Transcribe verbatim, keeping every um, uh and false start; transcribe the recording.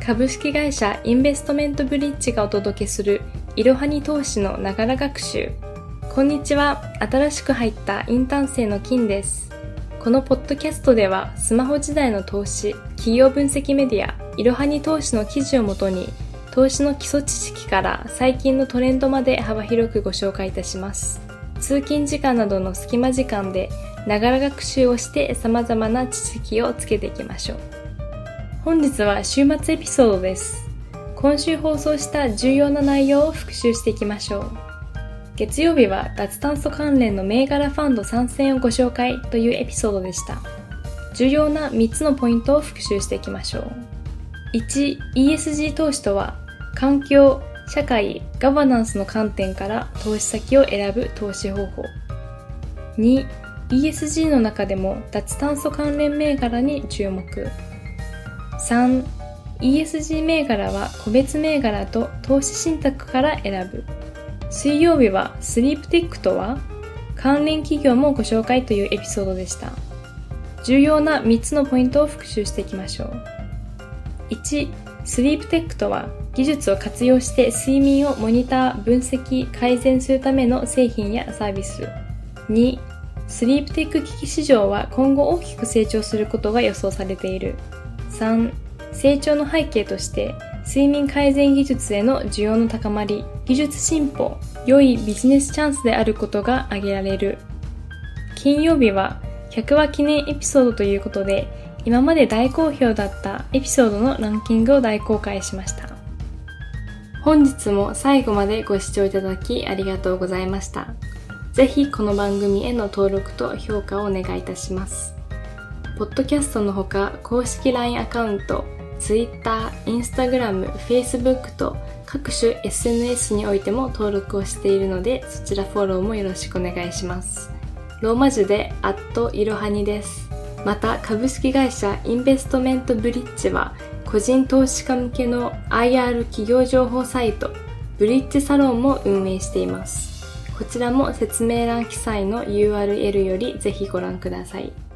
株式会社インベストメントブリッジがお届けするいろはに投資のながら学習。こんにちは。新しく入ったインターン生の金です。このポッドキャストではスマホ時代の投資、企業分析メディア、いろはに投資の記事をもとに投資の基礎知識から最近のトレンドまで幅広くご紹介いたします。通勤時間などの隙間時間でながら学習をして様々な知識をつけていきましょう。本日は週末エピソードです。今週放送した重要な内容を復習していきましょう。月曜日は脱炭素関連の銘柄ファンド参戦をご紹介というエピソードでした。重要なみっつのポイントを復習していきましょう。いち. イーエスジー 投資とは、環境、社会、ガバナンスの観点から投資先を選ぶ投資方法。に. イーエスジー の中でも脱炭素関連銘柄に注目。さん. イーエスジー 銘柄は個別銘柄と投資信託から選ぶ。水曜日はスリープテックとは、関連企業もご紹介というエピソードでした。重要なみっつのポイントを復習していきましょう。いち. スリープテックとは、技術を活用して睡眠をモニター、分析、改善するための製品やサービス。に. スリープテック機器市場は今後大きく成長することが予想されている。さん. 成長の背景として睡眠改善技術への需要の高まり、技術進歩、良いビジネスチャンスであることが挙げられる。金曜日はひゃくわ記念エピソードということで、今まで大好評だったエピソードのランキングを大公開しました。本日も最後までご視聴いただきありがとうございました。ぜひこの番組への登録と評価をお願いいたします。ポッドキャストのほか公式 ライン アカウント、Twitter、Instagram、Facebook と各種 エスエヌエス においても登録をしているので、そちらフォローもよろしくお願いします。ローマ字でアットいろはにです。また株式会社インベストメントブリッジは個人投資家向けの アイアール 企業情報サイトブリッジサロンも運営しています。こちらも説明欄記載の ユーアールエル よりぜひご覧ください。